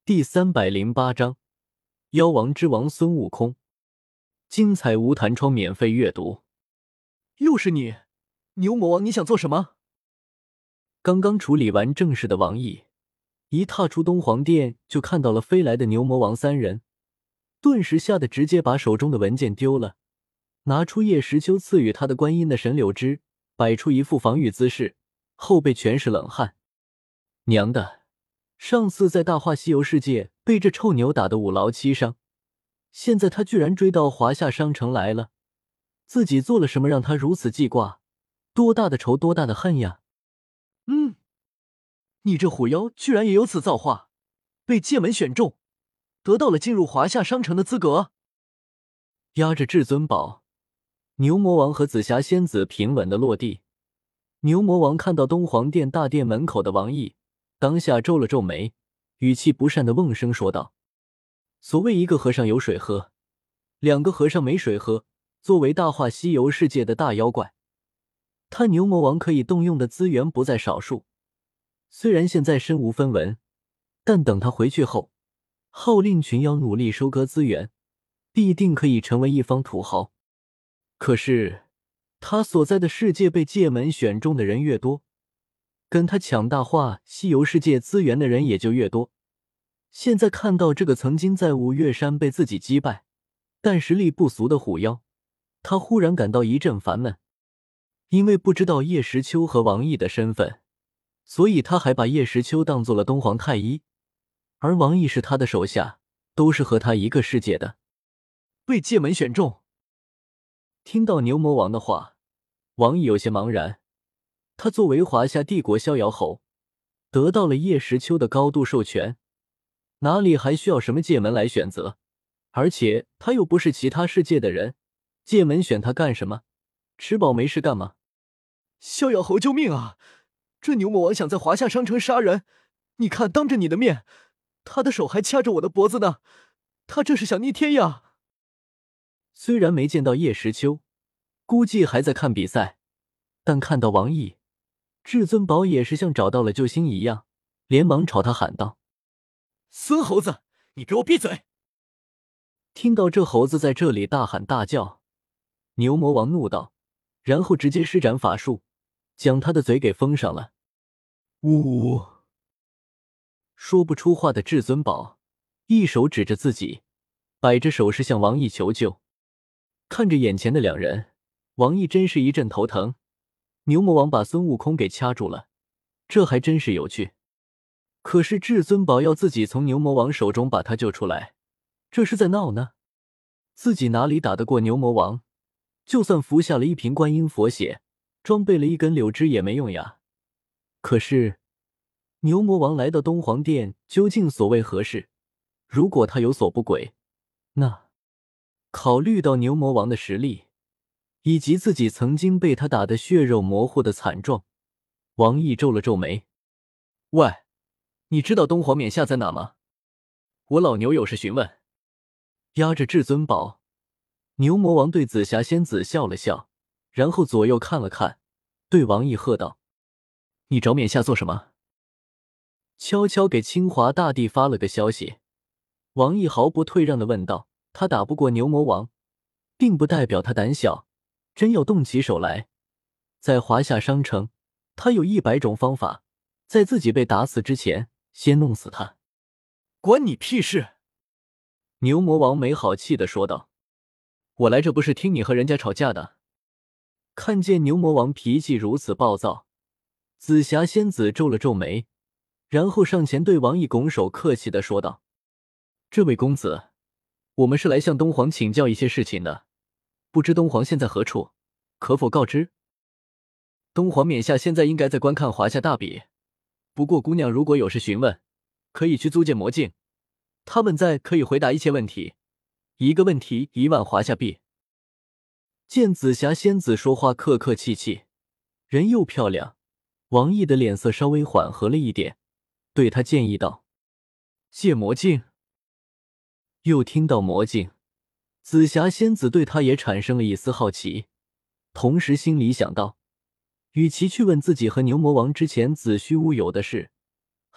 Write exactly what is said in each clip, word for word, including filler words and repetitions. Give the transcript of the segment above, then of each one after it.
第三百零八章妖王之王孙悟空，精彩无弹窗免费阅读。 又是你，牛魔王，你想做什么？ 刚刚处理完正事的王毅，一踏出东皇殿就看到了飞来的牛魔王三人，顿时吓得直接把手中的文件丢了，拿出叶时秋赐予他的观音的神柳枝，摆出一副防御姿势，后背全是冷汗。娘的，上次在大话西游世界被这臭牛打得五劳七伤，现在他居然追到华夏商城来了，自己做了什么让他如此记挂？多大的仇，多大的恨呀！ 嗯，你这虎妖居然也有此造化，被界门选中，得到了进入华夏商城的资格。 压着至尊宝，牛魔王和紫霞仙子平稳的落地。牛魔王看到东皇殿大殿门口的王毅，当下皱了皱眉，语气不善的瓮声说道：所谓一个和尚有水喝，两个和尚没水喝，作为大话西游世界的大妖怪，他牛魔王可以动用的资源不在少数，虽然现在身无分文，但等他回去后，号令群妖努力收割资源，必定可以成为一方土豪。可是他所在的世界被界门选中的人越多，跟他抢大话西游世界资源的人也就越多。现在看到这个曾经在五岳山被自己击败但实力不俗的虎妖，他忽然感到一阵烦闷。因为不知道叶时秋和王毅的身份，所以他还把叶时秋当作了东皇太一，而王毅是他的手下，都是和他一个世界的。 被界门选中。 听到牛魔王的话，王毅有些茫然。他作为华夏帝国逍遥侯，得到了叶时秋的高度授权，哪里还需要什么界门来选择？而且他又不是其他世界的人，界门选他干什么？吃饱没事干吗？ 逍遥侯救命啊！这牛魔王想在华夏商城杀人，你看当着你的面，他的手还掐着我的脖子呢，他这是想逆天呀！ 虽然没见到叶时秋，估计还在看比赛，但看到王毅，至尊宝也是像找到了救星一样，连忙朝他喊道： 孙猴子，你给我闭嘴！ 听到这猴子在这里大喊大叫，牛魔王怒道，然后直接施展法术，将他的嘴给封上了。 呜呜！ 说不出话的至尊宝一手指着自己，摆着手势向王毅求救。看着眼前的两人，王毅真是一阵头疼。牛魔王把孙悟空给掐住了，这还真是有趣。可是至尊宝要自己从牛魔王手中把他救出来，这是在闹呢？自己哪里打得过牛魔王？就算服下了一瓶观音佛血，装备了一根柳枝也没用呀。可是牛魔王来到东皇殿究竟所谓何事？如果他有所不轨，那考虑到牛魔王的实力，以及自己曾经被他打得血肉模糊的惨状，王毅皱了皱眉。喂，你知道东皇冕下在哪吗？我老牛有事询问。压着至尊宝，牛魔王对紫霞仙子笑了笑，然后左右看了看，对王毅喝道：你找冕下做什么？悄悄给清华大帝发了个消息。王毅毫不退让地问道：他打不过牛魔王，并不代表他胆小，真要动起手来，在华夏商城，他有一百种方法，在自己被打死之前先弄死他。 关你屁事！ 牛魔王没好气地说道：我来这不是听你和人家吵架的。看见牛魔王脾气如此暴躁，紫霞仙子皱了皱眉，然后上前对王毅拱手客气地说道：这位公子，我们是来向东皇请教一些事情的，不知东皇现在何处，可否告知？东皇冕下现在应该在观看华夏大比，不过姑娘如果有事询问，可以去租借魔镜，他们在可以回答一切问题，一个问题一万华夏币。见紫霞仙子说话客客气气，人又漂亮，王毅的脸色稍微缓和了一点，对他建议道：借魔镜。又听到魔镜，紫霞仙子对他也产生了一丝好奇，同时心里想到，与其去问自己和牛魔王之前子虚乌有的事，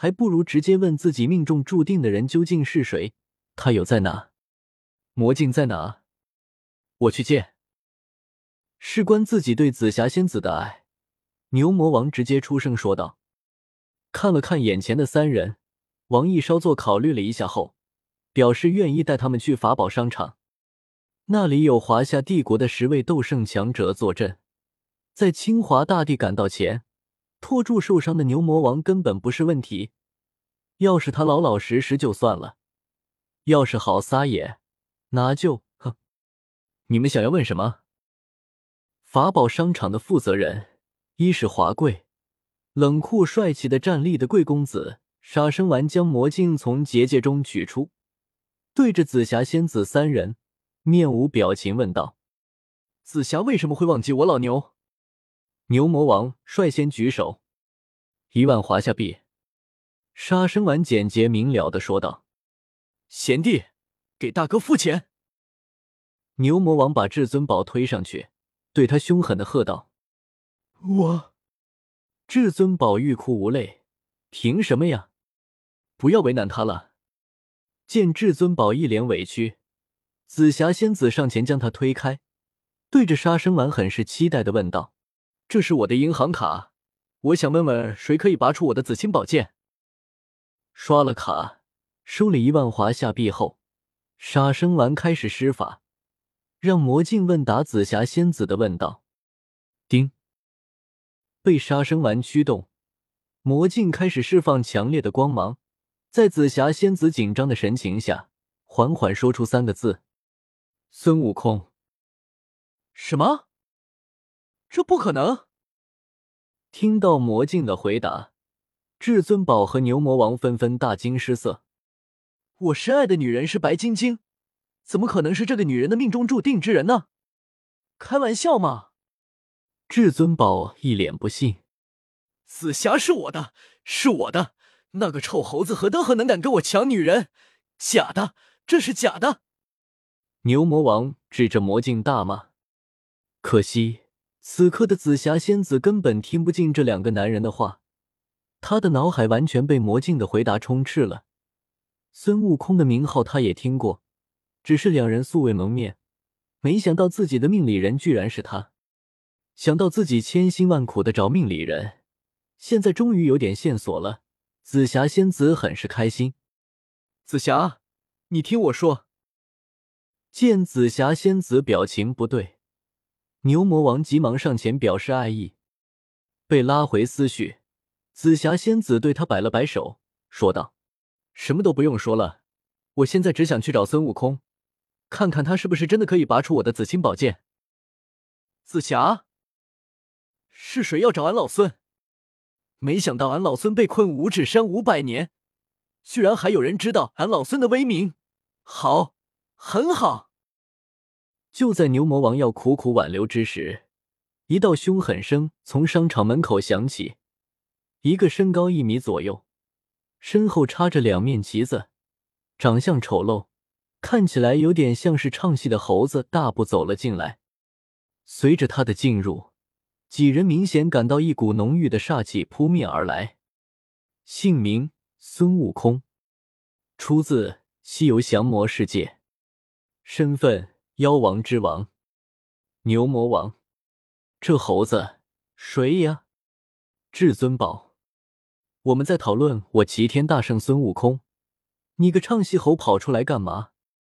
还不如直接问自己命中注定的人究竟是谁，他有在哪？魔镜在哪？我去见。事关自己对紫霞仙子的爱，牛魔王直接出声说道。看了看眼前的三人，王毅稍作考虑了一下后，表示愿意带他们去法宝商场。那里有华夏帝国的十位斗圣强者坐镇，在清华大帝赶到前，拖住受伤的牛魔王根本不是问题。要是他老老实实就算了，要是好撒野，那就哼。你们想要问什么？法宝商场的负责人，一是华贵，冷酷帅气的站立的贵公子杀生丸将魔镜从结界中取出，对着紫霞仙子三人面无表情问道： 紫霞为什么会忘记我老牛？ 牛魔王率先举手。一万华夏币。杀生丸简洁明了地说道。 贤弟，给大哥付钱。 牛魔王把至尊宝推上去，对他凶狠地喝道。 我…… 至尊宝欲哭无泪，凭什么呀？不要为难他了。见至尊宝一脸委屈，紫霞仙子上前将他推开，对着杀生丸很是期待地问道： 这是我的银行卡，我想问问谁可以拔出我的紫青宝剑。 刷了卡，收了一万华夏币后，杀生丸开始施法，让魔镜问答紫霞仙子的问道。叮！被杀生丸驱动，魔镜开始释放强烈的光芒，在紫霞仙子紧张的神情下，缓缓说出三个字：孙悟空。 什么？这不可能！ 听到魔镜的回答，至尊宝和牛魔王纷纷大惊失色。 我深爱的女人是白晶晶，怎么可能是这个女人的命中注定之人呢？开玩笑吗？ 至尊宝一脸不信。 紫霞是我的，是我的，那个臭猴子何德何能敢跟我抢女人？假的，这是假的！ 牛魔王指着魔镜大骂。可惜此刻的紫霞仙子根本听不进这两个男人的话，她的脑海完全被魔镜的回答充斥了。孙悟空的名号她也听过，只是两人素未谋面，没想到自己的命理人居然是他。想到自己千辛万苦的找命理人，现在终于有点线索了，紫霞仙子很是开心。 紫霞，你听我说。 见紫霞仙子表情不对，牛魔王急忙上前表示爱意。被拉回思绪，紫霞仙子对他摆了摆手，说道：什么都不用说了，我现在只想去找孙悟空，看看他是不是真的可以拔出我的紫青宝剑。 紫霞，是谁要找俺老孙？没想到俺老孙被困五指山五百年，居然还有人知道俺老孙的威名，好，很好。 就在牛魔王要苦苦挽留之时，一道凶狠声从商场门口响起，一个身高一米左右，身后插着两面旗子，长相丑陋，看起来有点像是唱戏的猴子大步走了进来。随着他的进入，几人明显感到一股浓郁的煞气扑面而来。姓名：孙悟空，出自《西游降魔世界》，身份：妖王之王，牛魔王。这猴子谁呀？至尊宝，我们在讨论我齐天大圣孙悟空，你个唱戏猴跑出来干嘛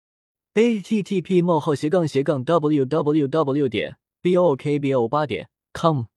？H T T P 冒号斜杠斜杠 W W W 点 B O K B O 八点 com